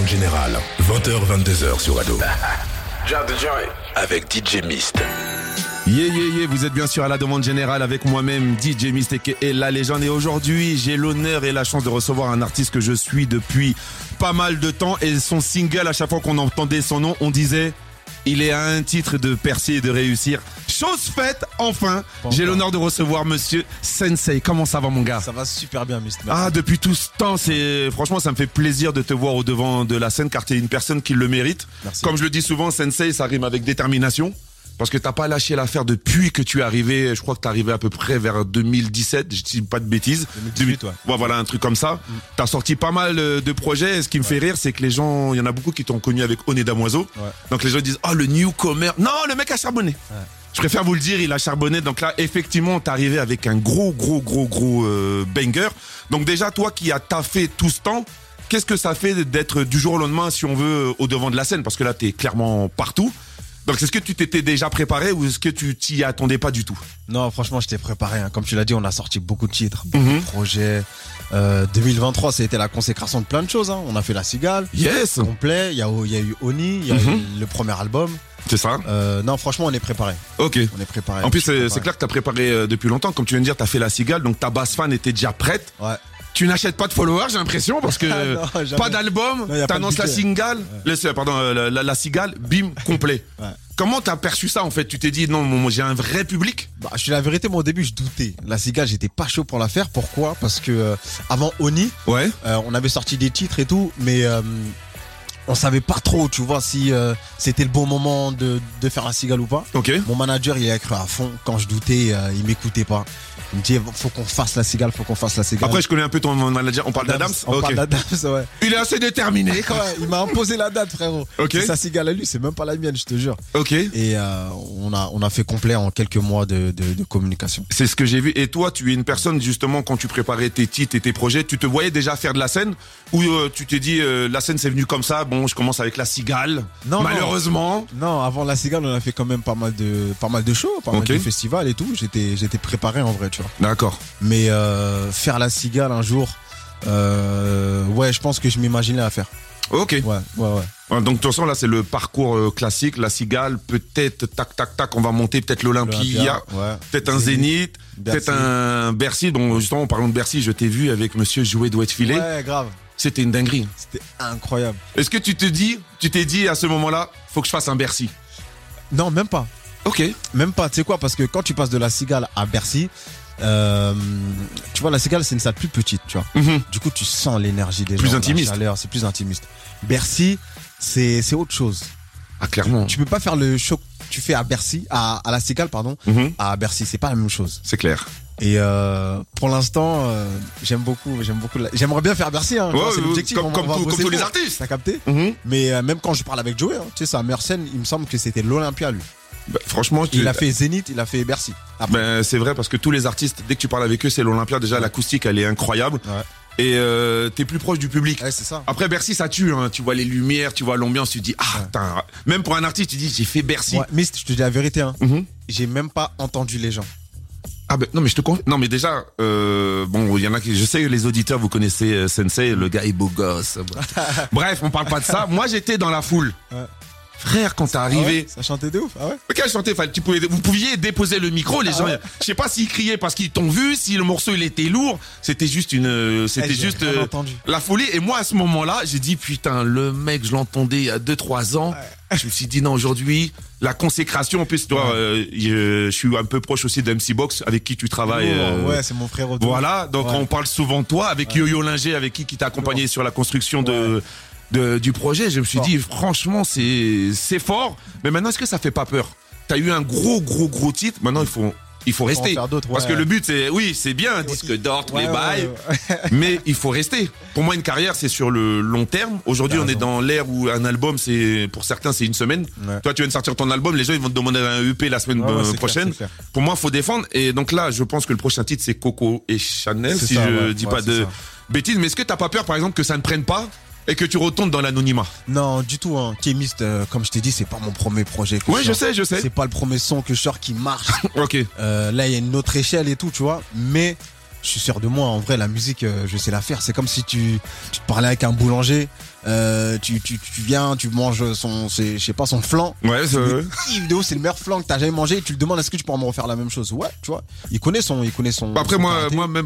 Générale, 20h-22h sur Ado. Drop the joint. Avec DJ Mist. Yeah, vous êtes bien sûr à la demande générale avec moi-même, DJ Mist et la légende. Et aujourd'hui, j'ai l'honneur et la chance de recevoir un artiste que je suis depuis pas mal de temps. Et son single, à chaque fois qu'on entendait son nom, on disait... Il est à un titre de percer et de réussir. Chose faite, enfin. J'ai l'honneur de recevoir monsieur Sensei. Comment ça va, mon gars? Ça va super bien, Mist. Ah, depuis tout ce temps, franchement, ça me fait plaisir de te voir au devant de la scène car tu es une personne qui le mérite. Merci. Comme je le dis souvent, Sensei, ça rime avec détermination. Parce que t'as pas lâché l'affaire depuis que tu es arrivé. Je crois que t'es arrivé à peu près vers 2017, je dis pas de bêtises. 2018, ouais. Ouais, voilà, un truc comme ça. T'as sorti pas mal de projets. Et ce qui me fait rire, c'est que les gens, il y en a beaucoup qui t'ont connu avec Oné Damoiseau. Ouais. Donc les gens disent, oh, le newcomer. Non, le mec a charbonné. Ouais. Je préfère vous le dire, il a charbonné. Donc là, effectivement, t'es arrivé avec un gros banger. Donc déjà, toi qui as taffé tout ce temps, qu'est-ce que ça fait d'être du jour au lendemain, si on veut, au devant de la scène? Parce que là, t'es clairement partout. Donc est-ce que tu t'étais déjà préparé ou est-ce que tu t'y attendais pas du tout? Non, franchement, j'étais préparé. Hein. Comme tu l'as dit, on a sorti beaucoup de titres, beaucoup de projets. 2023, ça a été la consécration de plein de choses. Hein. On a fait La Cigale. Yes. Complet. Il y a eu Oni. Il y a eu le premier album. C'est ça. Non, franchement, on est préparé. Ok. On est préparé. En plus, c'est clair que t'as préparé depuis longtemps. Comme tu viens de dire, t'as fait La Cigale. Donc ta base fan était déjà prête. Ouais. Tu n'achètes pas de followers, j'ai l'impression, parce que non, pas d'album, t'annonces la Cigale, la Cigale, bim, complet. Ouais. Comment t'as perçu ça en fait? Tu t'es dit non, moi j'ai un vrai public? Bah, je suis la vérité, moi au début je doutais. La Cigale, j'étais pas chaud pour la faire. Pourquoi? Parce que avant Oni, ouais. On avait sorti des titres et tout, mais on savait pas trop, tu vois, si c'était le bon moment de faire La Cigale ou pas. Ok. Mon manager, il a cru à fond. Quand je doutais, il m'écoutait pas. Il me dit, faut qu'on fasse La Cigale, faut qu'on fasse La Cigale. Après, je connais un peu ton manager. On parle d'Adams. On parle d'Adams, ouais. Il est assez déterminé. Ouais, il m'a imposé la date, frérot. Ok. C'est sa Cigale à lui, c'est même pas la mienne, je te jure. Ok. Et on a fait complet en quelques mois de communication. C'est ce que j'ai vu. Et toi, tu es une personne, justement, quand tu préparais tes titres et tes projets, tu te voyais déjà faire de la scène ou tu t'es dit, la scène c'est venu comme ça, bon, je commence avec La Cigale. Non, malheureusement. Non, avant La Cigale, on a fait quand même pas mal de shows, pas mal de festivals et tout. J'étais préparé en vrai, tu vois. D'accord. Mais faire La Cigale un jour, ouais, je pense que je m'imaginais à faire. Ok. Ouais. Donc de toute façon là c'est le parcours classique, La Cigale, peut-être tac, on va monter peut-être l'Olympia, ouais. peut-être un Zénith, Bercy. peut-être un Bercy. Donc justement en parlant de Bercy, je t'ai vu avec monsieur Jouet doit être filé. Ouais, grave. C'était une dinguerie. C'était incroyable. Est-ce que tu t'es dit à ce moment-là, faut que je fasse un Bercy? Non, même pas. Ok. Même pas, tu sais quoi, parce que quand tu passes de La Cigale à Bercy, tu vois, La Cigale c'est une salle plus petite, tu vois. Du coup tu sens l'énergie des gens, plus intimiste. la chaleur, c'est plus intimiste. Bercy c'est autre chose. Ah clairement. Tu peux pas faire le show que tu fais à Bercy, à La Cigale pardon, à Bercy, c'est pas la même chose. C'est clair. Et pour l'instant j'aime beaucoup j'aimerais bien faire Bercy hein, ouais, c'est l'objectif, comme tous les artistes. T'as capté? Mais même quand je parle avec Joey, hein, tu sais, sa meilleure scène, il me semble que c'était l'Olympia lui. Bah, franchement, il a fait Zénith, il a fait Bercy. Ben, c'est vrai parce que tous les artistes, dès que tu parles avec eux, c'est l'Olympia. Déjà, l'acoustique, elle est incroyable. Ouais. Et t'es plus proche du public. Ouais, c'est ça. Après, Bercy, ça tue. Hein. Tu vois les lumières, tu vois l'ambiance, tu te dis, putain. Même pour un artiste, tu dis, j'ai fait Bercy. Ouais, Mist, je te dis la vérité. Hein. J'ai même pas entendu les gens. Ah ben non mais je te confie. Non mais déjà bon il y en a qui, je sais que les auditeurs vous connaissez Sensei, le gars est beau gosse. Bref, on parle pas de ça. Moi j'étais dans la foule. Ouais. Frère, quand t'es arrivé, ouais, ça chantait de ouf, ah ouais. Quel chantait, vous pouviez déposer le micro, les gens. Ouais. Je sais pas s'ils criaient parce qu'ils t'ont vu, si le morceau il était lourd. C'était juste la folie. Et moi à ce moment-là, j'ai dit putain, le mec, je l'entendais il y a 2-3 ans. Ouais. Je me suis dit non, aujourd'hui, la consécration. En plus, toi, je suis un peu proche aussi de MC Box avec qui tu travailles. Ouais, c'est mon frère. Voilà, donc on parle souvent de toi avec Yo-Yo Linger, avec qui t'a accompagné sur la construction du projet. Je me suis dit franchement c'est fort, mais maintenant est-ce que ça fait pas peur? T'as eu un gros titre, maintenant il faut rester parce que le but c'est bien un disque d'or tous les bails mais il faut rester. Pour moi une carrière c'est sur le long terme. Aujourd'hui on est dans l'ère où un album c'est pour certains c'est une semaine. Toi tu viens de sortir ton album, les gens ils vont te demander un EP la semaine prochaine. Clair. Pour moi faut défendre et donc là je pense que le prochain titre c'est Coco et Chanel si je dis pas de bêtises. Mais est-ce que t'as pas peur par exemple que ça ne prenne pas et que tu retournes dans l'anonymat? Non, du tout. Hein. Mist, comme je t'ai dit, c'est pas mon premier projet. Ouais, je sais. C'est pas le premier son que je sors qui marche. Ok. Là, il y a une autre échelle et tout, tu vois. Mais Je suis sûr de moi. En vrai, la musique, je sais la faire. C'est comme si tu te parlais avec un boulanger. Tu viens, tu manges son flan. Ouais, c'est vrai. Vidéo, c'est le meilleur flan que t'as jamais mangé. Et tu lui demandes est-ce que tu pourras me refaire la même chose. Ouais, tu vois. Il connaît son. Après, son moi, karaté. même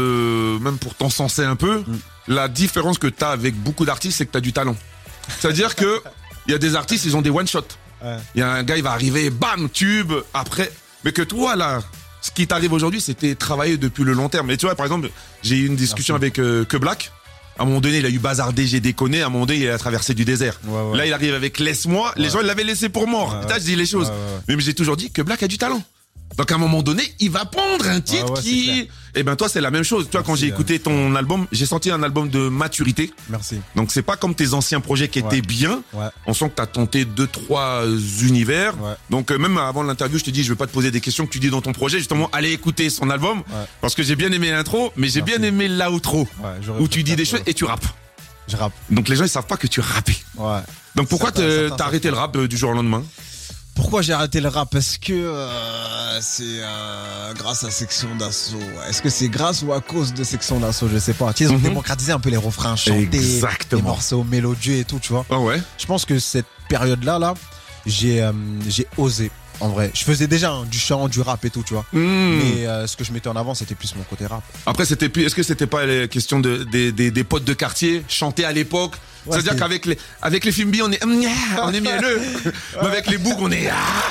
pour t'encenser un peu, la différence que t'as avec beaucoup d'artistes, c'est que t'as du talent. C'est-à-dire que il y a des artistes, ils ont des one shot. Ouais. Il y a un gars, il va arriver, bam, tube, après. Mais que toi, là, ce qui t'arrive aujourd'hui, c'était travailler depuis le long terme. Et tu vois, par exemple, j'ai eu une discussion avec Que Black. À un moment donné, il a eu bazardé, j'ai déconné. À un moment donné, il a traversé du désert. Ouais. Là, il arrive avec Laisse-moi. Les gens, ils l'avaient laissé pour mort. Ouais. Putain, je dis les choses. Ouais. Mais j'ai toujours dit que Black a du talent. Donc à un moment donné, il va prendre un titre Ouais, c'est qui... clair. Eh ben toi, c'est la même chose. Tu vois, quand j'ai écouté ton album, j'ai senti un album de maturité. Merci. Donc c'est pas comme tes anciens projets qui étaient bien. Ouais. On sent que t'as tenté 2-3 univers. Ouais. Donc même avant l'interview, je te dis, je vais pas te poser des questions que tu dis dans ton projet. Justement, allez écouter son album. Ouais. Parce que j'ai bien aimé l'intro, mais j'ai Merci. bien aimé l'outro. Ouais, j'aurais Où tu dis préféré, des choses ouais. et tu rappes. Je rappe. Donc les gens, ils savent pas que tu rappais. Ouais. Donc pourquoi Certains t'as arrêté le rap du jour au lendemain? Pourquoi j'ai arrêté le rap? Parce que c'est grâce à Section d'Assaut. Est-ce que c'est grâce ou à cause de Section d'Assaut? Je sais pas. Tu sais, ils ont démocratisé un peu les refrains chantés, Exactement. les morceaux mélodieux et tout, tu vois. Ah ouais. Je pense que cette période-là, j'ai osé. En vrai, je faisais déjà du chant, du rap et tout, tu vois. Mais ce que je mettais en avant, c'était plus mon côté rap. Après, est-ce que c'était pas les questions des potes de quartier chantés à l'époque? Ouais, C'est-à-dire qu'avec les films B, on est mielleux. Mais avec les boucs, on est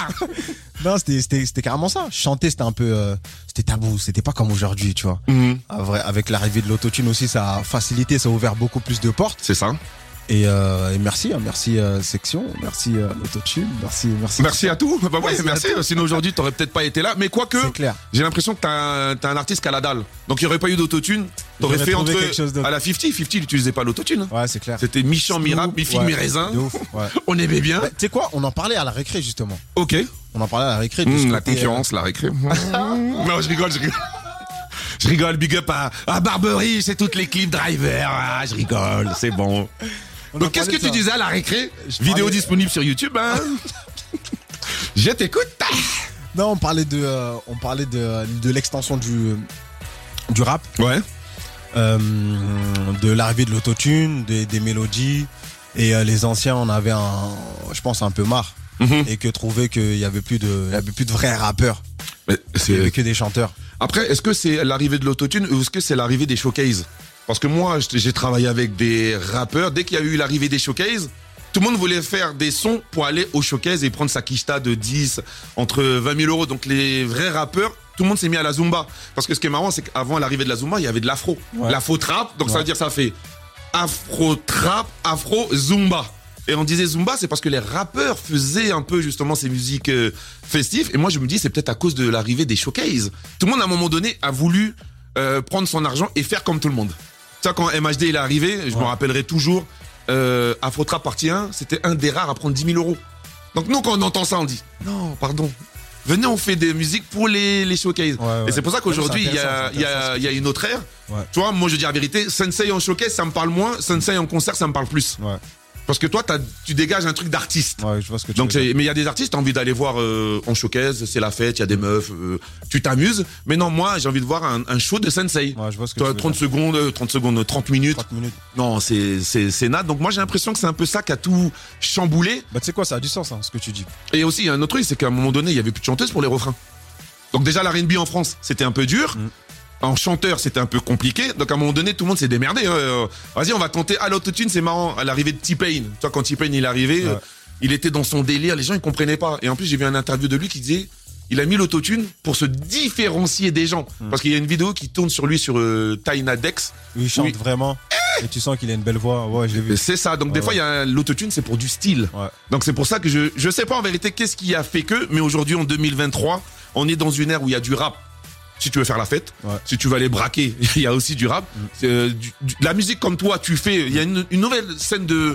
Non, c'était carrément ça. Chanter, c'était un peu, c'était tabou. C'était pas comme aujourd'hui, tu vois. À vrai, avec l'arrivée de l'autotune aussi, ça a facilité, ça a ouvert beaucoup plus de portes. C'est ça. Et merci Section, merci l'autotune, Merci à tout. Bah ouais, Merci merci. à tout. Sinon aujourd'hui, t'aurais peut-être pas été là. Mais quoique, C'est clair. j'ai l'impression que t'as un artiste qui a la dalle. Donc il y aurait pas eu d'autotune. T'aurais J'aurais fait trouvé entre quelque chose d'autre. à la 50. 50, il utilisait pas l'autotune. Ouais, c'est clair. C'était mi-champ, mi-rap, mi-figue, Ouais, mi-raisin. de ouf, ouais. On aimait bien. Bah, tu sais quoi, on en parlait à la récré justement. Ok. On en parlait à la récré. de ce La côté, concurrence, la récré. Non, je rigole. Je rigole, big up à Barbery, c'est toutes les clips driver. Ah, je rigole, c'est bon. on en Donc qu'est-ce que parlait de tu ça. disais à la récré? Je Vidéo parlais- disponible sur YouTube, hein. Je t'écoute. Non, on parlait de l'extension du rap, Ouais. de l'arrivée de l'autotune, des mélodies. Et les anciens, on avait je pense un peu marre. Et que trouvaient qu'il y avait plus de vrais rappeurs. Mais Il y avait que des chanteurs. Après, est-ce que c'est l'arrivée de l'autotune ou est-ce que c'est l'arrivée des showcases? Parce que moi, j'ai travaillé avec des rappeurs. Dès qu'il y a eu l'arrivée des showcases, tout le monde voulait faire des sons pour aller au showcase et prendre sa quicheta de 10, entre 20 000 euros. Donc les vrais rappeurs, tout le monde s'est mis à la Zumba. Parce que ce qui est marrant, c'est qu'avant l'arrivée de la Zumba, il y avait de l'afro. Ouais. L'afro-trap, donc ça Ouais. veut dire ça fait afro-trap, afro-zumba. Et on disait Zumba, c'est parce que les rappeurs faisaient un peu justement ces musiques festives. Et moi, je me dis, c'est peut-être à cause de l'arrivée des showcases. Tout le monde, à un moment donné, a voulu prendre son argent et faire comme tout le monde. Tu sais, quand MHD il est arrivé, je me rappellerai toujours, Afro-Trap partie 1, c'était un des rares à prendre 10 000 euros. Donc nous, quand on entend ça, on dit, non, pardon. Venez, on fait des musiques pour les showcases. Ouais. Et c'est pour ça qu'aujourd'hui, C'est intéressant, il y a une autre ère. Ouais. Tu vois, moi, je dis la vérité, Sensei en showcase, ça me parle moins. Sensei en concert, ça me parle plus. Ouais. Parce que toi, tu dégages un truc d'artiste. Ouais, je vois ce que tu Donc, veux dire. mais il y a des artistes, t'as envie d'aller voir en showcase, c'est la fête, il y a des meufs, tu t'amuses. Mais non, moi, j'ai envie de voir un show de Sensei. Ouais, je vois ce que Toi, tu veux 30 dire. secondes, 30 minutes. 30 minutes. Non, c'est nada. Donc moi, j'ai l'impression que c'est un peu ça qui a tout chamboulé. Bah, tu sais quoi, ça a du sens, hein, ce que tu dis. Et aussi, il y a un autre truc, c'est qu'à un moment donné, il y avait plus de chanteuses pour les refrains. Donc déjà, la R&B en France, c'était un peu dur. En chanteur, c'était un peu compliqué. Donc à un moment donné, tout le monde s'est démerdé. Vas-y, on va tenter. À l'autotune, c'est marrant. À l'arrivée de T-Pain. Tu vois, quand T-Pain il est arrivé, Ouais. il était dans son délire. Les gens, ils comprenaient pas. Et en plus, j'ai vu un interview de lui qui disait, il a mis l'autotune pour se différencier des gens. Parce qu'il y a une vidéo qui tourne sur lui sur Taina Dex. Il chante Oui. vraiment. Et tu sens qu'il a une belle voix. Ouais, je l'ai vu. C'est ça. Donc des Ouais, fois, il y a l'autotune, c'est pour du style. Ouais. Donc c'est pour ça que je sais pas en vérité qu'est-ce qui a fait que, mais aujourd'hui en 2023, on est dans une ère où il y a du rap. Si tu veux faire la fête, Ouais. si tu veux aller braquer, il y a aussi du rap. La musique comme toi, tu fais. Il y a une nouvelle scène de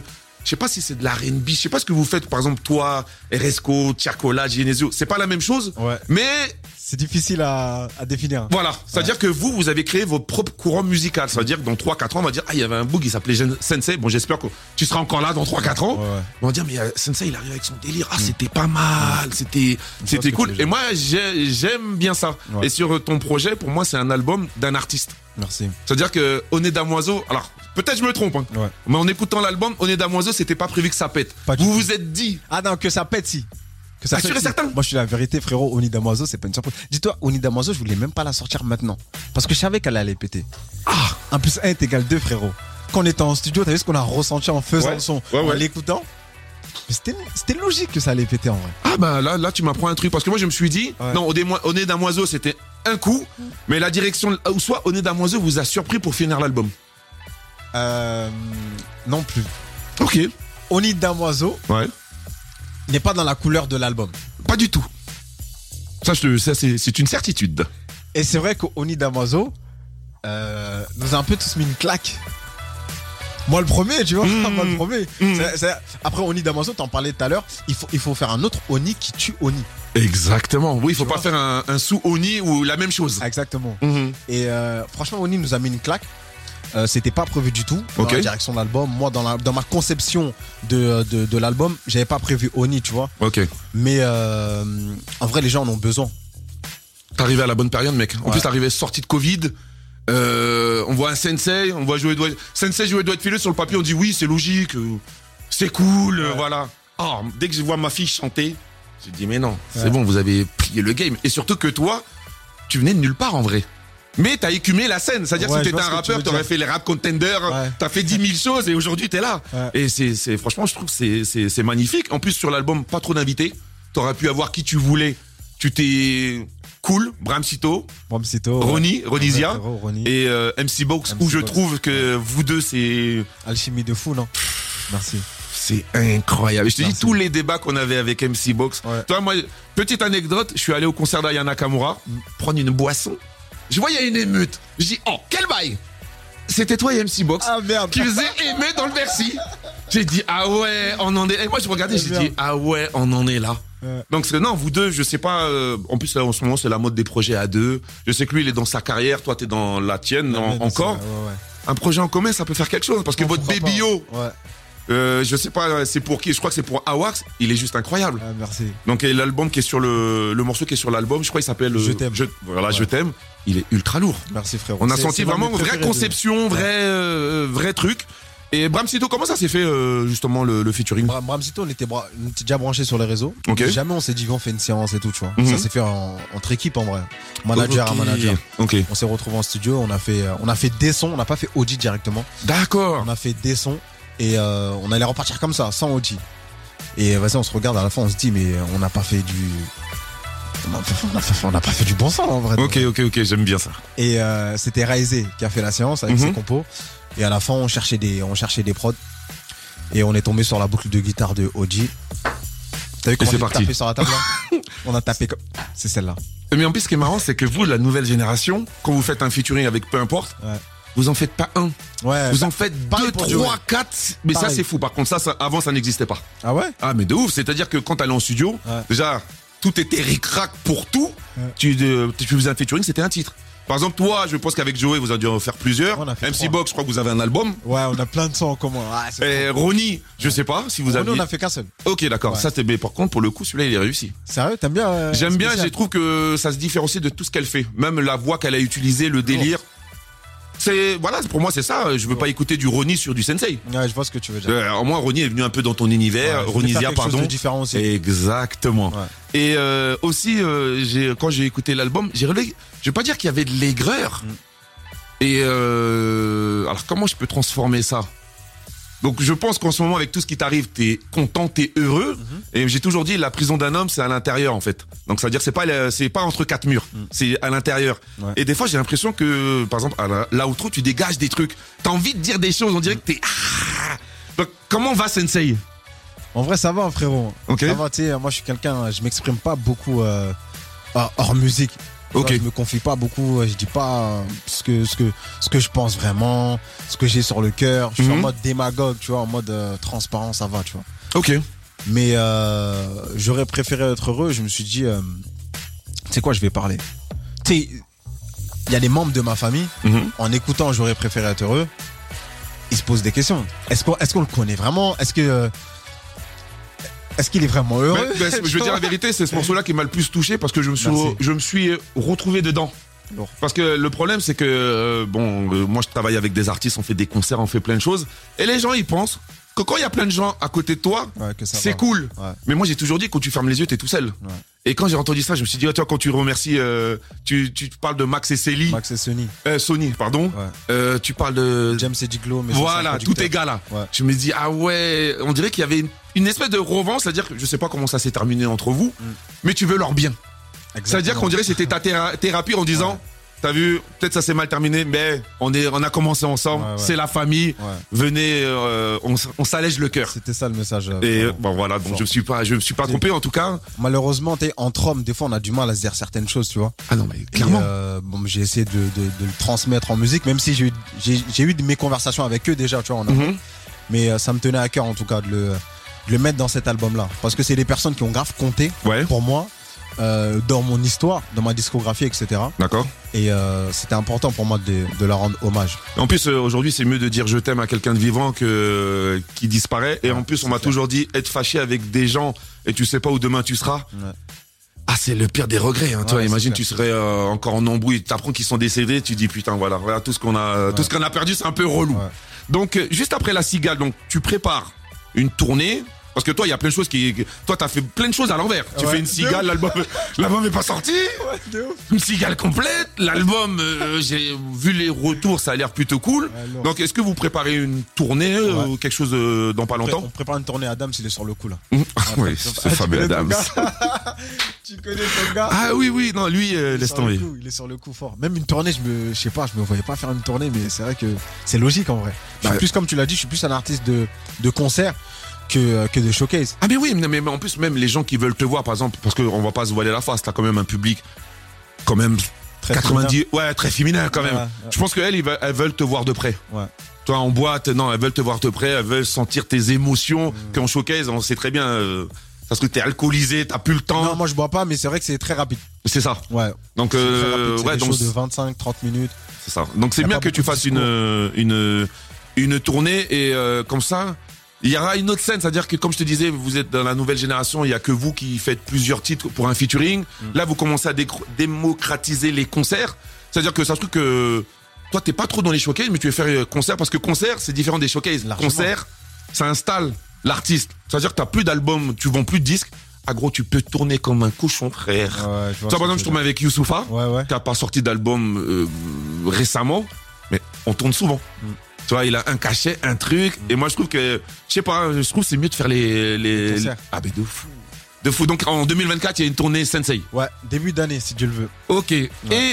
je sais pas si c'est de la R&B, je sais pas ce que vous faites, par exemple, toi, Eresco, Tiakola, Genesio, c'est pas la même chose, Ouais. mais C'est difficile à définir. voilà, c'est-à-dire que vous avez créé votre propre courant musical, c'est-à-dire que dans 3-4 ans, on va dire, ah, il y avait un boug, il s'appelait Sensei, bon, j'espère que tu seras encore là dans 3-4 ans, Ouais. on va dire, mais Sensei, il arrive avec son délire, ah, c'était pas mal, c'était ce que cool, tu veux et moi, j'aime bien ça, Ouais. et sur ton projet, pour moi, c'est un album d'un artiste. Merci. C'est-à-dire que Oné Damoiseau, alors peut-être je me trompe, hein, Ouais. mais en écoutant l'album, Oné Damoiseau, c'était pas prévu que ça pète. Pas du Vous tout. vous êtes dit, Ah non, que ça pète si. Que ça Ah, pète, sûr et si. certain. Moi je suis la vérité frérot, Oni Damoiseau c'est pas une surprise. Dis-toi, Oni Damoiseau je voulais même pas la sortir maintenant. Parce que je savais qu'elle allait péter. ah, 1 + 1 est égal 2 frérot. Quand on était en studio, t'as vu ce qu'on a ressenti en faisant Ouais. le son, Ouais, en ouais. l'écoutant. Mais c'était logique que ça allait péter en vrai. ah ben là tu m'apprends un truc, parce que moi je me suis dit, Ouais. non, Oné Damoiseau, c'était un coup, mais la direction, ou soit Oné Damoiseau vous a surpris pour finir l'album. Non plus. Ok. Oni Damoiseau Ouais. n'est pas dans la couleur de l'album. Pas du tout. Ça, c'est une certitude. Et c'est vrai qu'Oni Damoiseau nous a un peu tous mis une claque. Moi le premier, tu vois, moi le premier. Après Oni Damoiseau, t'en parlais tout à l'heure, il faut faire un autre Oni qui tue Oni. Exactement. Oui, il faut Tu pas vois. faire un sous-Oni ou la même chose. Exactement. Mhm. Et franchement, Oni nous a mis une claque. C'était pas prévu du tout dans Ok. la direction de l'album. Moi, dans ma conception de l'album, j'avais pas prévu Oni, tu vois. Ok. Mais en vrai, les gens en ont besoin. T'arrivais à la bonne période, mec. En Ouais. plus, t'arrivais sorti de Covid. On voit un Sensei, on voit jouer Sensei jouer doigt de filet sur le papier, on dit oui, c'est logique, c'est cool, voilà. Oh, dès que je vois ma fille chanter, je dis mais non, c'est Ouais. bon, vous avez plié le game. Et surtout que toi, tu venais de nulle part en vrai. Mais t'as écumé la scène, c'est-à-dire Ouais, que si je vois t'étais un ce que tu rappeur, veux t'aurais dire. fait les rap contenders, Ouais. t'as fait 10 000 choses et aujourd'hui t'es là. Ouais. Et c'est franchement, je trouve que c'est magnifique. En plus sur l'album, pas trop d'invités. T'aurais pu avoir qui tu voulais. Tu t'es cool, Bramsito, Bramsito, Ronnie, Ronisia. Ouais, frérot, Ronnie. Et MC Box, MC où je Box. trouve que vous deux, c'est Alchimie de fou, non? Merci. incroyable. Je te dis, Merci. tous les débats qu'on avait avec MC Box. Ouais. Toi, moi, petite anecdote, je suis allé au concert d'Aya Nakamura, prendre une boisson. Je vois, il y a une émeute. Je dis, oh, quel bail! C'était toi et MC Box Ah merde. qui faisait émeute dans le Bercy. J'ai dit, ah ouais, on en est. Et moi, je regardais, j'ai Merde. dit, ah ouais, on en est là. Ouais. Donc, non, vous deux, je sais pas. En plus, là, en ce moment, c'est la mode des projets à deux. Je sais que lui, il est dans sa carrière. Toi, t'es dans la tienne encore. Ouais. Un projet en commun, ça peut faire quelque chose. Parce que Non, votre pourquoi Baby pas. Yo, Ouais. je sais pas, c'est pour qui. Je crois que c'est pour Awax. Il est juste incroyable. Ah, merci. Donc, et l'album qui est sur le morceau qui est sur l'album, je crois qu'il s'appelle Je t'aime. Voilà, Ouais. Je t'aime. Il est ultra lourd. Merci frérot. On a C'est- senti c'est l'un de vraiment mes vraie préférés de- conception, vrai truc. Et Bramsito, comment ça s'est fait justement le featuring? Bramsito, on était déjà branchés sur les réseaux. Ok. Jamais on s'est dit on fait une séance et tout, tu vois. Mhm. Ça s'est fait entre équipes en vrai. Manager Ok. à manager. Ok. On s'est retrouvés en studio, on a fait des sons, on n'a pas fait Audi directement. D'accord. On a fait des sons et on allait repartir comme ça, sans Audi. Et vas-y, on se regarde à la fin, on se dit mais on n'a pas fait du. On n'a pas fait du bon son en vrai. Ok, j'aime bien ça. Et c'était Raizé qui a fait la séance avec Mhm. ses compos. Et à la fin, on cherchait des prods. Et on est tombé sur la boucle de guitare de OG. T'as vu comment c'est j'ai parti. tapé sur la table là? On a tapé comme. C'est celle-là. Mais en plus, ce qui est marrant, c'est que vous, la nouvelle génération, quand vous faites un featuring avec peu importe, Ouais. vous en faites pas un. Ouais. Vous en faites pareil 2, pour 3, Joey. 4. Mais ça, Pareil. c'est fou. Par contre, ça, avant, ça n'existait pas. Ah ouais? Ah, mais de ouf. C'est-à-dire que quand t'allais en studio, Ouais. déjà, tout était ric-rac pour tout. Ouais. Tu faisais un featuring, c'était un titre. Par exemple, toi, je pense qu'avec Joey, vous avez dû en faire plusieurs. On a fait MC 3. Box, je crois que vous avez un album. Ouais, on a plein de sons en commun. Ah, Et Ronnie, je sais pas si vous Nous, avez. on a fait qu'un seul. Ok, d'accord. Ouais. Ça, c'était. Mais par contre, pour le coup, celui-là, il est réussi. Sérieux, t'aimes bien? J'aime bien. spécial Je trouve que ça se différencie de tout ce qu'elle fait. Même la voix qu'elle a utilisée, le délire. C'est voilà. Pour moi, c'est ça. Je veux pas écouter du Ronnie sur du Sensei. Ouais, je vois ce que tu veux dire. Au moins, Ronnie est venu un peu dans ton univers. Ouais, je voulais faire Ronisia, quelque chose pardon. de différent aussi. Exactement. Ouais. Et aussi, quand j'ai écouté l'album, j'ai relevé. Je vais pas dire qu'il y avait de l'aigreur. Et alors, comment je peux transformer ça? Donc, je pense qu'en ce moment, avec tout ce qui t'arrive, t'es content, t'es heureux. Et j'ai toujours dit, la prison d'un homme, c'est à l'intérieur, en fait. Donc, ça veut dire, c'est pas entre quatre murs, c'est à l'intérieur. Ouais. Et des fois, j'ai l'impression que, par exemple, à l'outro, tu dégages des trucs. T'as envie de dire des choses, on dirait que t'es. Ah. Donc, comment va Sensei? En vrai, ça va, frérot. Ok. Ça va, tu sais, moi, je suis quelqu'un, je m'exprime pas beaucoup hors musique. Tu Ok. vois, je me confie pas beaucoup, je dis pas ce que je pense vraiment, ce que j'ai sur le cœur. Je suis en mode démagogue, tu vois, en mode transparent, ça va, tu vois. Ok. Mais j'aurais préféré être heureux. Je me suis dit, tu sais quoi, je vais parler. Tu sais, il y a des membres de ma famille, en écoutant j'aurais préféré être heureux, ils se posent des questions. Est-ce qu'on le connaît vraiment? Est-ce qu'il est vraiment heureux? Je veux dire la vérité, c'est ce morceau-là qui m'a le plus touché parce que je Merci. me suis retrouvé dedans. Lourd. Parce que le problème, c'est que moi je travaille avec des artistes, on fait des concerts, on fait plein de choses, et les gens ils pensent que quand il y a plein de gens à côté de toi, Ouais, que ça c'est va. cool. Ouais. Mais moi j'ai toujours dit, quand tu fermes les yeux, t'es tout seul. Ouais. Et quand j'ai entendu ça, je me suis dit, toi quand tu remercies, tu parles de Max et Célie, Max et Sony, Sony, pardon, tu parles de James et Diglo, mais voilà, tous tes gars là. Ouais. Je me dis, ah ouais, on dirait qu'il y avait une espèce de revanche, c'est-à-dire que je sais pas comment ça s'est terminé entre vous, mais tu veux leur bien. C'est-à-dire qu'on dirait que c'était ta thérapie en disant, t'as vu, peut-être ça s'est mal terminé, mais on a commencé ensemble, Ouais, ouais. c'est la famille, Ouais. venez, on s'allège le cœur. C'était ça le message. Et vraiment. bon voilà, donc Fort. je me suis pas trompé en tout cas. Malheureusement, entre hommes, des fois on a du mal à se dire certaines choses, tu vois. Ah non mais clairement. Et, j'ai essayé de le transmettre en musique, même si j'ai eu mes conversations avec eux déjà, tu vois, en amont. Mais ça me tenait à cœur en tout cas de le mettre dans cet album-là, parce que c'est des personnes qui ont grave compté Ouais. pour moi. Dans mon histoire, dans ma discographie, etc. D'accord. Et c'était important pour moi de leur rendre hommage. En plus, aujourd'hui, c'est mieux de dire je t'aime à quelqu'un de vivant que qui disparaît. Et en plus, on m'a toujours dit être fâché avec des gens et tu sais pas où demain tu seras. Ouais. Ah, c'est le pire des regrets. Hein. Toi, Ouais, imagine, c'est tu serais encore en embrouille, t'apprends qu'ils sont décédés, tu dis putain, voilà tout ce qu'on a perdu, c'est un peu relou. Ouais. Donc, juste après la Cigale, donc tu prépares une tournée. Parce que toi, il y a plein de choses toi, t'as fait plein de choses à l'envers. Tu Ouais. fais une Cigale, l'album est pas sorti. Une Cigale complète. L'album, j'ai vu les retours, ça a l'air plutôt cool. Ouais, lourd. Donc, est-ce que vous préparez une tournée ou quelque chose dans pas On longtemps? prépare une tournée. Adam, il est sur le coup là. Oui, ce fameux Adams. Tu connais ton gars? Ah oui, non, lui, laisse Sur le tomber. coup, il est sur le coup fort. Même une tournée, je sais pas, je me voyais pas faire une tournée, mais c'est vrai que c'est logique en vrai. Je suis Ouais. plus, comme tu l'as dit, je suis plus un artiste de concert que de showcase. Ah mais oui, mais en plus même les gens qui veulent te voir par exemple, parce qu'on va pas se voiler la face, t'as quand même un public quand même Très 90, ouais très féminin quand même. Ouais, ouais. Je pense qu'elles elles veulent te voir de près. Ouais. Toi en boîte, non, elles veulent te voir de près, elles veulent sentir tes émotions. Qu'en showcase, on sait très bien, ça se trouve que t'es alcoolisé, t'as plus le temps. Non, moi je bois pas, mais c'est vrai que c'est très rapide. C'est ça. Ouais. Donc C'est très rapide, c'est ouais des donc shows de 25-30 minutes. c'est ça. Donc c'est Y a bien pas que tu beaucoup de fasses une tournée et comme ça. Il y aura une autre scène, c'est-à-dire que comme je te disais, vous êtes dans la nouvelle génération, il y a que vous qui faites plusieurs titres pour un featuring. Là, vous commencez à démocratiser les concerts. C'est-à-dire que ça se trouve que toi, t'es pas trop dans les showcases, mais tu veux faire concert parce que concert, c'est différent des showcases. Largement. Concert, ça installe l'artiste. C'est-à-dire que t'as plus d'albums, tu vends plus de disques. Ah gros, tu peux tourner comme un cochon, frère. Ouais, je vois Toi, ce par exemple, que je tu tourne avec Youssoupha, Ouais, ouais. qui a pas sorti d'album récemment, mais on tourne souvent. Tu vois, il a un cachet, un truc, et moi je trouve que, je sais pas, je trouve que c'est mieux de faire les concerts. ah ben de fou. De fou. Donc en 2024, il y a une tournée Sensei. Ouais, début d'année si Dieu le veut. Ok. Et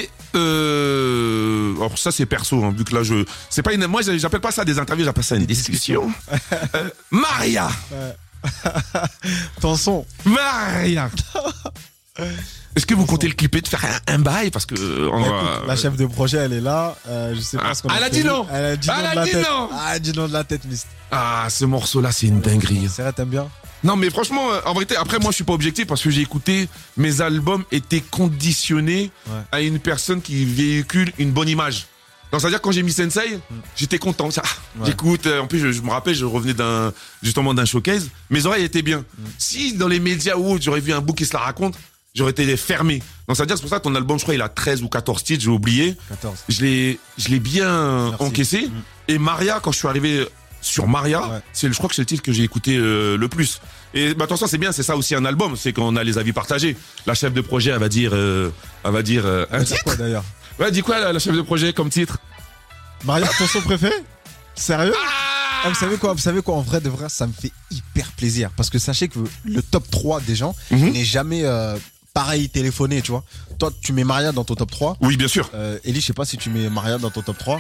alors ça c'est perso, hein, vu que là c'est pas moi j'appelle pas ça des interviews, j'appelle ça une discussion. Maria. Ton son. Maria. Est-ce que vous comptez le clipper de faire un bail parce que on va... Écoute, la chef de projet, elle est là. Je sais pas ce qu'on Elle a prévu. dit non. Elle a dit Elle non a de la dit tête. non. Ah, elle a dit non de la tête, Miss. Ah, ce morceau-là, c'est une dinguerie. C'est vrai, t'aimes bien? Non, mais franchement, en vérité, après, moi, je suis pas objectif parce que j'ai écouté, mes albums étaient conditionnés à une personne qui véhicule une bonne image. Donc, c'est-à-dire, quand j'ai mis Sensei, j'étais content. J'écoute, en plus, je me rappelle, je revenais justement d'un showcase, mes oreilles étaient bien. Si dans les médias ou autres, j'aurais vu un bout qui se la raconte, j'aurais été fermé. Donc, c'est-à-dire, c'est pour ça que ton album, je crois, il a 13 ou 14 titres, j'ai oublié. 14. Je l'ai bien Merci. encaissé. Et Maria, quand je suis arrivé sur Maria, je crois que c'est le titre que j'ai écouté le plus. Et bah, attention, c'est bien, c'est ça aussi un album, c'est qu'on a les avis partagés. La chef de projet, elle va dire un titre. Quoi d'ailleurs? Ouais, dis quoi la chef de projet comme titre? Maria, ton son préféré? Sérieux? Ah, Vous savez quoi, en vrai de vrai, ça me fait hyper plaisir. Parce que sachez que le top 3 des gens n'est jamais pareil téléphoné, tu vois. Toi, tu mets Maria dans ton top 3. Oui, bien sûr. Ellie, je sais pas si tu mets Maria dans ton top 3.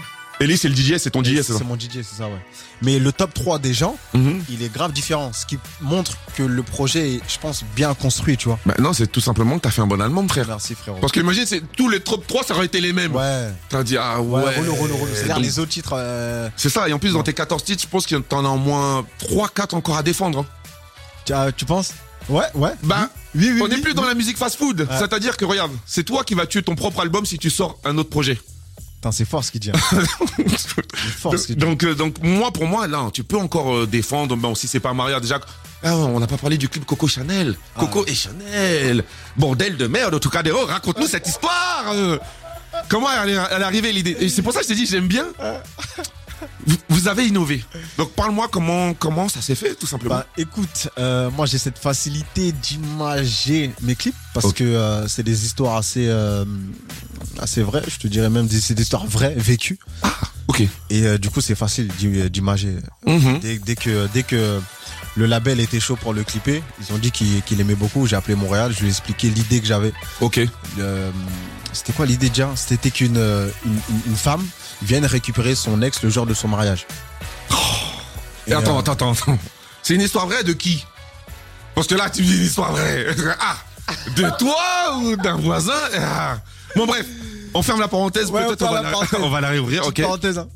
Ellie, c'est le DJ, c'est ton DJ, c'est ça? C'est mon DJ, c'est ça, ouais. Mais le top 3 des gens, Mhm. il est grave différent. Ce qui montre que le projet est, je pense, bien construit, tu vois. Bah non, c'est tout simplement que t'as fait un bon album, frère. Merci, frérot. Parce que imagine, c'est tous les top 3, ça aurait été les mêmes. Ouais. T'as dit, ah Ouais, ouais. relou. C'est-à-dire Donc, les autres titres. c'est ça, et en plus, dans tes 14 titres, je pense que t'en as au moins 3-4 encore à défendre. Hein. Tu penses? Ouais. Bah, Oui. on n'est plus dans la musique fast-food. Ouais. C'est-à-dire que, regarde, c'est toi qui vas tuer ton propre album si tu sors un autre projet. Putain, c'est fort ce qu'il dit. Hein. C'est fort ce qu'il dit. Donc, moi, pour moi, là, tu peux encore défendre. Bon, si c'est pas Maria, déjà. Ah, on n'a pas parlé du clip Coco Chanel. Coco et Chanel. Bordel de merde, Trocadéro, raconte-nous cette histoire. Comment elle est arrivée l'idée? Et c'est pour ça que je t'ai dit, j'aime bien. Vous avez innové. Donc, parle-moi comment ça s'est fait, tout simplement. Bah écoute, moi j'ai cette facilité d'imager mes clips parce Ok. que c'est des histoires assez vraies, je te dirais même c'est des histoires vraies, vécues. Ok. Et du coup c'est facile d'imager. Mhm. Dès que le label était chaud pour le clipper, ils ont dit qu'il aimait beaucoup. J'ai appelé Montréal, je lui ai expliqué l'idée que j'avais. Ok. C'était quoi l'idée déjà? C'était qu'une une femme vienne récupérer son ex le jour de son mariage. Et attends. C'est une histoire vraie de qui? Parce que là, tu me dis une histoire vraie. Ah, de toi ou d'un voisin? Ah. Bon, bref, on ferme la parenthèse. Ouais, Peut-être on on ferme la parenthèse. on va la réouvrir. Petite Ok. parenthèse, hein.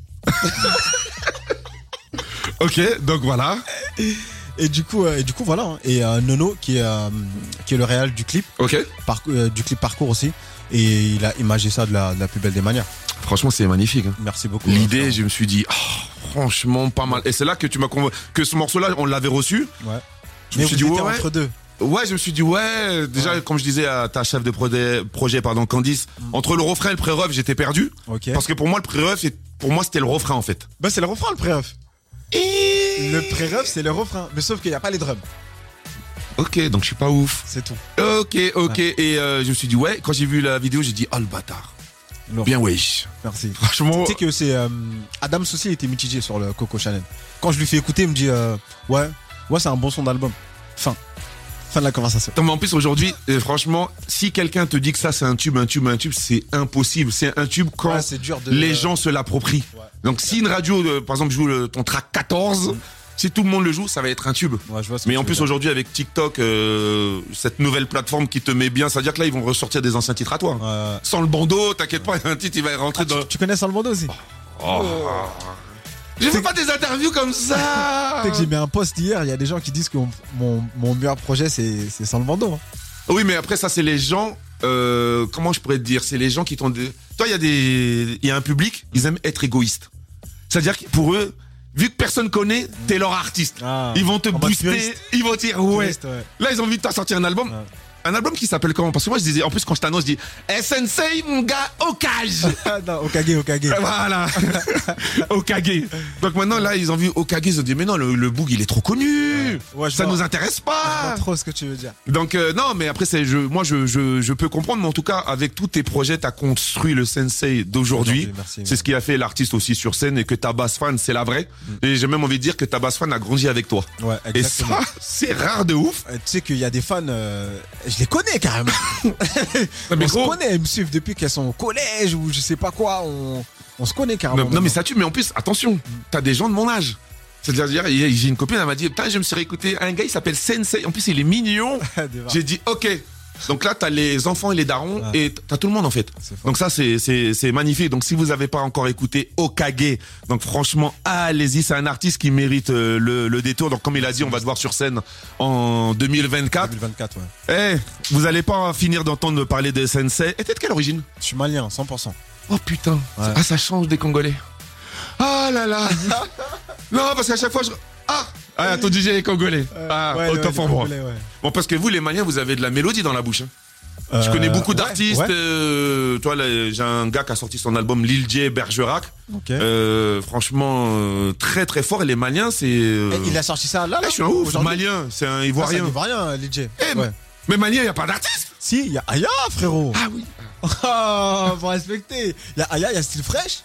Ok, donc voilà. Et du coup voilà. Hein. Et Nono qui est le réal du clip. Ok. Du clip parcours aussi, et il a imagé ça de la plus belle des manières. Franchement, c'est magnifique. Hein. Merci beaucoup. L'idée, je me suis dit, franchement, pas mal. Et c'est là que tu m'as convaincu que ce morceau-là, on l'avait reçu. Ouais. Je Mais me suis vous dit, étiez ouais. entre deux. Ouais, je me suis dit, ouais. Déjà, comme je disais à ta chef de projet, Candice, entre le refrain et le pré-ref, j'étais perdu. Ok. Parce que pour moi, le pré-ref, pour moi, c'était le refrain, en fait. Bah c'est le refrain le pré-ref. Le pré-ref c'est le refrain, mais sauf qu'il n'y a pas les drums. Ok, donc je suis pas ouf. C'est tout. Ok. Et je me suis dit, ouais, quand j'ai vu la vidéo, j'ai dit, oh le bâtard. Lourd. Bien, wesh. Merci. Franchement. Tu sais que c'est Adam Souci était mitigé sur le Coco Chanel. Quand je lui fais écouter, il me dit ouais c'est un bon son d'album. Fin de la conversation. Non, mais en plus, aujourd'hui, franchement, si quelqu'un te dit que ça, c'est un tube, c'est impossible. C'est un tube quand Ouais, c'est dur de les gens se l'approprient. Ouais. Donc, si une radio, par exemple, joue ton track 14, si tout le monde le joue, ça va être un tube. Ouais, je vois ce que Mais tu en veux plus, dire. aujourd'hui, avec TikTok, cette nouvelle plateforme qui te met bien, c'est-à-dire que là, ils vont ressortir des anciens titres à toi. Sans le bandeau, t'inquiète pas, un titre, il va rentrer dans... Tu connais Salvando aussi? Je fais pas des interviews comme ça. Tu sais que j'ai mis un post hier, il y a des gens qui disent que mon meilleur projet c'est Salvando. Hein. Oui, mais après, ça, c'est les gens... comment je pourrais te dire? C'est les gens qui t'ont... Toi, il y a un public, ils aiment être égoïstes. C'est-à-dire que pour eux, vu que personne connaît, t'es leur artiste. Ah, Ils vont te en mode booster, puriste. ils vont te dire ouais. Puriste, ouais. Là, ils ont envie de t'en sortir un album. Ouais. Un album qui s'appelle comment? Parce que moi, je disais, en plus, quand je t'annonce, je dis, Sensei, mon gars, Okage. Ah non, Okage. Voilà. Okage. Donc maintenant, là, ils ont vu Okage, ils ont dit, mais non, le boug, il est trop connu. Ouais, je Ça vois. nous intéresse Je vois pas. trop ce que tu veux dire. Donc non, mais après moi je peux comprendre, mais en tout cas avec tous tes projets, t'as construit le sensei d'aujourd'hui. Merci. C'est ce qui a fait l'artiste aussi sur scène, et que ta basse fan, c'est la vraie. Et j'ai même envie de dire que ta basse fan a grandi avec toi. Ouais, Et exactement. ça, c'est rare de ouf. Tu sais qu'il y a des fans, je les connais carrément. mais On se gros. connaît, ils me suivent depuis qu'elles sont au collège ou je sais pas quoi. On se connaît carrément. Non mais ça tue, mais en plus attention, t'as des gens de mon âge. C'est-à-dire, j'ai une copine, elle m'a dit, putain, je me suis réécouté un gars, il s'appelle Sensei. En plus, il est mignon. J'ai dit, ok. Donc là, t'as les enfants et les darons, et t'as tout le monde en fait. Donc ça, c'est magnifique. Donc si vous avez pas encore écouté Okage, donc franchement, allez-y, c'est un artiste qui mérite le détour. Donc comme il a dit, on va te voir sur scène en 2024. 2024, ouais. Vous allez pas finir d'entendre parler de Sensei. Et t'es de quelle origine? Je suis malien, 100%. Oh putain. Ouais. Ah, ça change des Congolais. Ah là là. Non, parce qu'à chaque fois, ton DJ est congolais. Autant pour moi. Ouais. Bon, parce que vous, les Maliens, vous avez de la mélodie dans la bouche. Hein. Je connais beaucoup d'artistes. ouais. Toi, là, j'ai un gars qui a sorti son album Lil J Bergerac. Ok. Franchement, très très fort. Et les Maliens, c'est. Il a sorti ça là. Je suis un ouf. aujourd'hui. Malien, c'est un Ah, c'est Ivoirien. un Ivoirien, DJ. Ouais. Mais Malien, il n'y a pas d'artiste. Si, il y a Aya, frérot. Ah oui. Ah, faut respecter. Il y a Aya, il y a Style Fresh.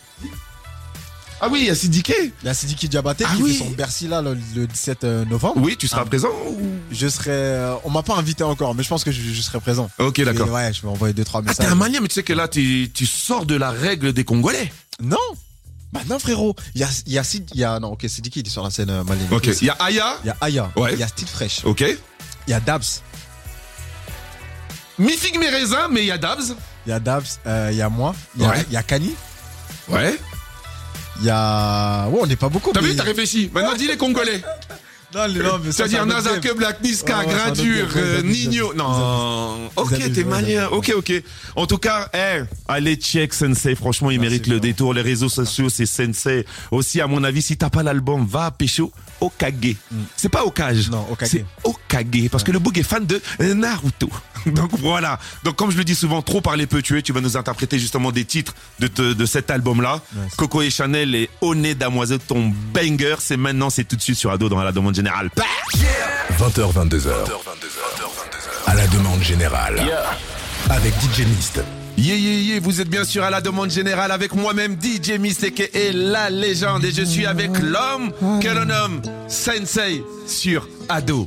Ah oui, il y a Sidiké. Il y a Sidiki Diabaté Ah qui oui. fait son Bercy là le 17 novembre. Oui, tu seras présent. Je serai. On m'a pas invité encore, mais je pense que je serai présent. Ok, d'accord. Ouais, je vais envoyer 2-3 Ah, messages. t'es un Malien, mais tu sais que là, tu sors de la règle des Congolais. Non. Bah non frérot, il y a non ok c'est qui est sur la scène malienne. Ok, il y a Aya. Il y a Aya, Ouais. il y a Steve Fresh, Ok. il y a Dabs, Mi-figue, mi-raisin, mais il y a Dabs. il y a moi, Ouais. il y a Kani, Ouais. il y a on n'est pas beaucoup. T'as mais- vu, t'as réfléchi. Maintenant, dis les Congolais. Non, mais ça, C'est-à-dire c'est un autre Nazake, game. Black Niska, Ouais, ouais, c'est un autre Gradure, game. Ils abusent, Nino. ils Non. abusent. Ok, Ils abusent, t'es ouais, malien. ils Ok. En tout cas, allez check Sensei. Franchement, il mérite le bien. détour. Les réseaux sociaux, c'est Sensei. Aussi, à mon avis, si t'as pas l'album, va à Pécho Okage. C'est pas Okage. Non, Okage. C'est Okage. Parce que le Boug est fan de Naruto. Donc voilà. Donc comme je le dis souvent, trop parler peut tuer. Tu vas nous interpréter justement des titres de cet album-là. Ouais. Coco et Chanel et Oné Damoiseau, ton banger. C'est maintenant, c'est tout de suite sur Ado dans la demande générale. 20h, 22h. À la demande générale. Avec DJ Mist. Yeah, vous êtes bien sûr à la demande générale avec moi-même DJ Mist et la légende. Et je suis avec l'homme que l'on nomme Sensei sur Ado.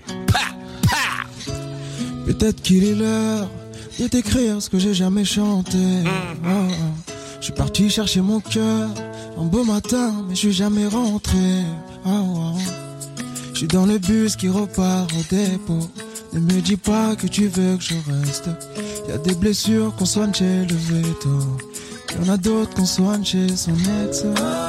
Peut-être qu'il est l'heure de t'écrire ce que j'ai jamais chanté. Oh. Je suis parti chercher mon cœur un beau matin, mais je suis jamais rentré. Oh. Je suis dans le bus qui repart au dépôt. Ne me dis pas que tu veux que je reste. Y a des blessures qu'on soigne chez le veto. Y'en a d'autres qu'on soigne chez son ex.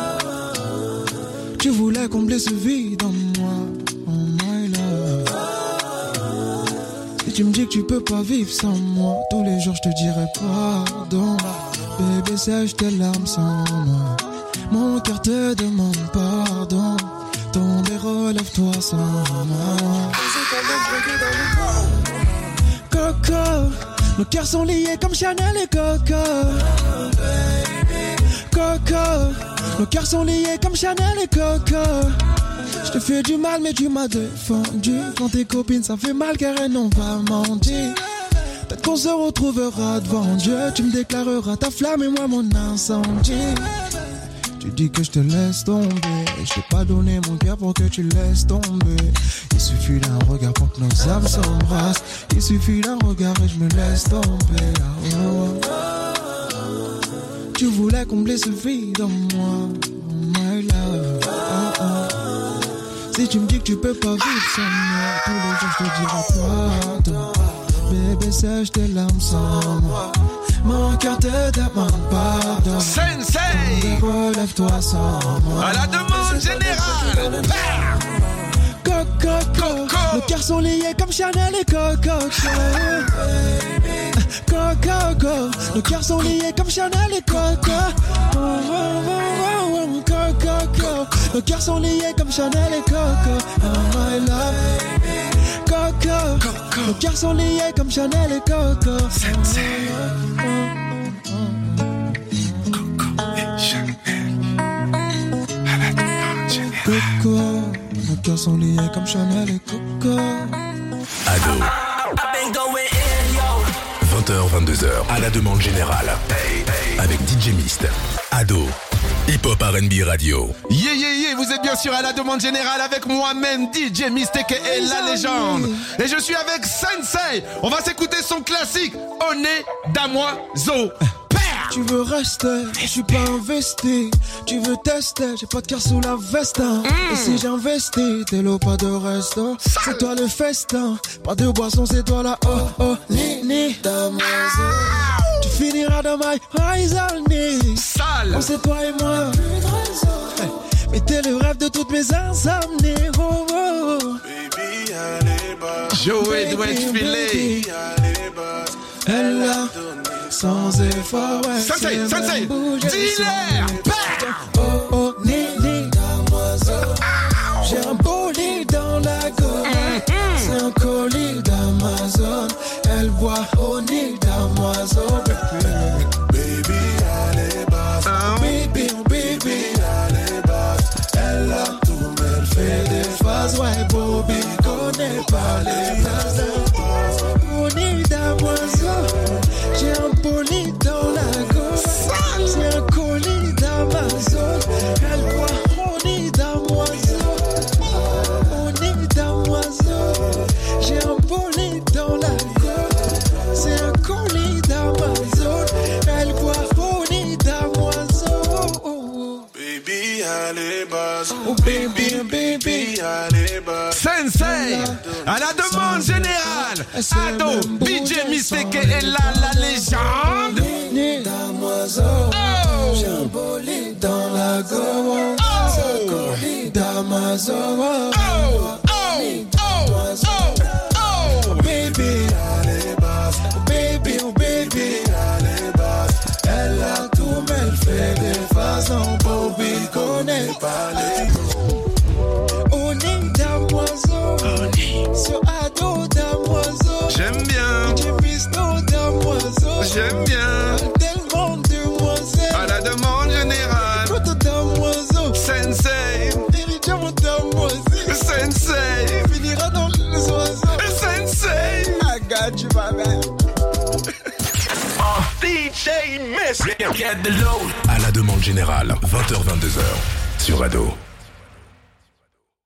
Tu voulais combler ce vide en moi. Oh my love. Si tu me dis que tu peux pas vivre sans moi, tous les jours je te dirai pardon. Bébé sèche tes larmes sans moi. Mon cœur te demande pardon. Tombe et relève-toi sans moi. Coco, nos cœurs sont liés comme Chanel et Coco. Coco, nos cœurs sont liés comme Chanel et Coco. Je te fais du mal mais tu m'as défendu. Quand tes copines ça fait mal car elles n'ont pas menti. Peut-être qu'on se retrouvera devant Dieu. Tu me déclareras ta flamme et moi mon incendie. Tu dis que je te laisse tomber. Je t'ai pas donné mon cœur pour que tu laisses tomber. Il suffit d'un regard pour que nos âmes s'embrassent. Il suffit d'un regard et je me laisse tomber. Oh. Tu voulais combler ce vide en moi. Oh my love. Oh, oh. Si tu me dis que tu peux pas vivre sans moi, tous les jours je te dirai pardon. Bébé sèche tes larmes sans moi. Mon cœur te demande pardon. Sensei Relève-toi sans moi. à la demande générale. Coco, nos cœurs sont liés comme Chanel et Coco. Coco, nos cœurs sont liés comme Chanel et Coco. Coco, nos cœurs sont liés comme Chanel et Coco. Oh my love. Coco, nos cœurs sont liés comme Chanel et Coco. Coco, nos cœurs sont liés comme Chanel et Coco. Ado. 20h, 22h. À la demande générale. Avec DJ Mist. Ado. Hip Hop R&B Radio. Yeah, vous êtes bien sûr à la demande générale avec moi-même DJ Mistake et la légende. Et je suis avec Sensei. On va s'écouter son classique Oné Damoiseau. Tu veux rester, je suis pas investi. Tu veux tester, j'ai pas de cœur sous la veste. Et si j'investis, t'es l'eau, pas de resto. C'est toi le festin, pas de boisson, c'est toi la ni damoiseau. Tu finiras dans my prisonnier. Sale. Oh, c'est toi et moi. Hey, mais t'es le rêve de toutes mes insomnies. Oh, oh. Joey doit être filé. Elle a sans effort, ouais. Sensei, dealer. Oh, ni damoiseau. J'ai un bolide dans la gorge. C'est un colis d'Amazon. Elle boit au nid damoiseau. Baby, elle est basse. Baby, elle est basse. Elle a tout, mais elle fait des phases. Ouais, Bobby connaît pas les places. Au nid damoiseau. J'ai un bolide dans la gorge. C'est un colis d'Amazon. Elle boit au nid damoiseau. Au nid damoiseau. J'ai un bolide dans la gorge. C'est un colis d'Amazon. Elle boit au nid damoiseau. Baby, Oh baby, baby. Sensei, à la demande générale, Ado, DJ Mystique est là, la légende. J'ai un bolide dans la gomme. Ça colle d'Amazon. Baby, baby, oh baby. Elle a tout, mais elle fait des façons. Bobby connaît pas les mots. On est d'amoiseau. Sur Ado d'amoiseau. J'aime bien, J'ai Misto d'amoiseau. j'aime bien, Tellement demoiselle. à la demande générale, Proto d'amoiseau. Sensei, Dirigeant d'amoiseau. Sensei, Finira dans les oiseaux. Sensei. I got you, my man. À la demande générale, 20h-22h sur Ado.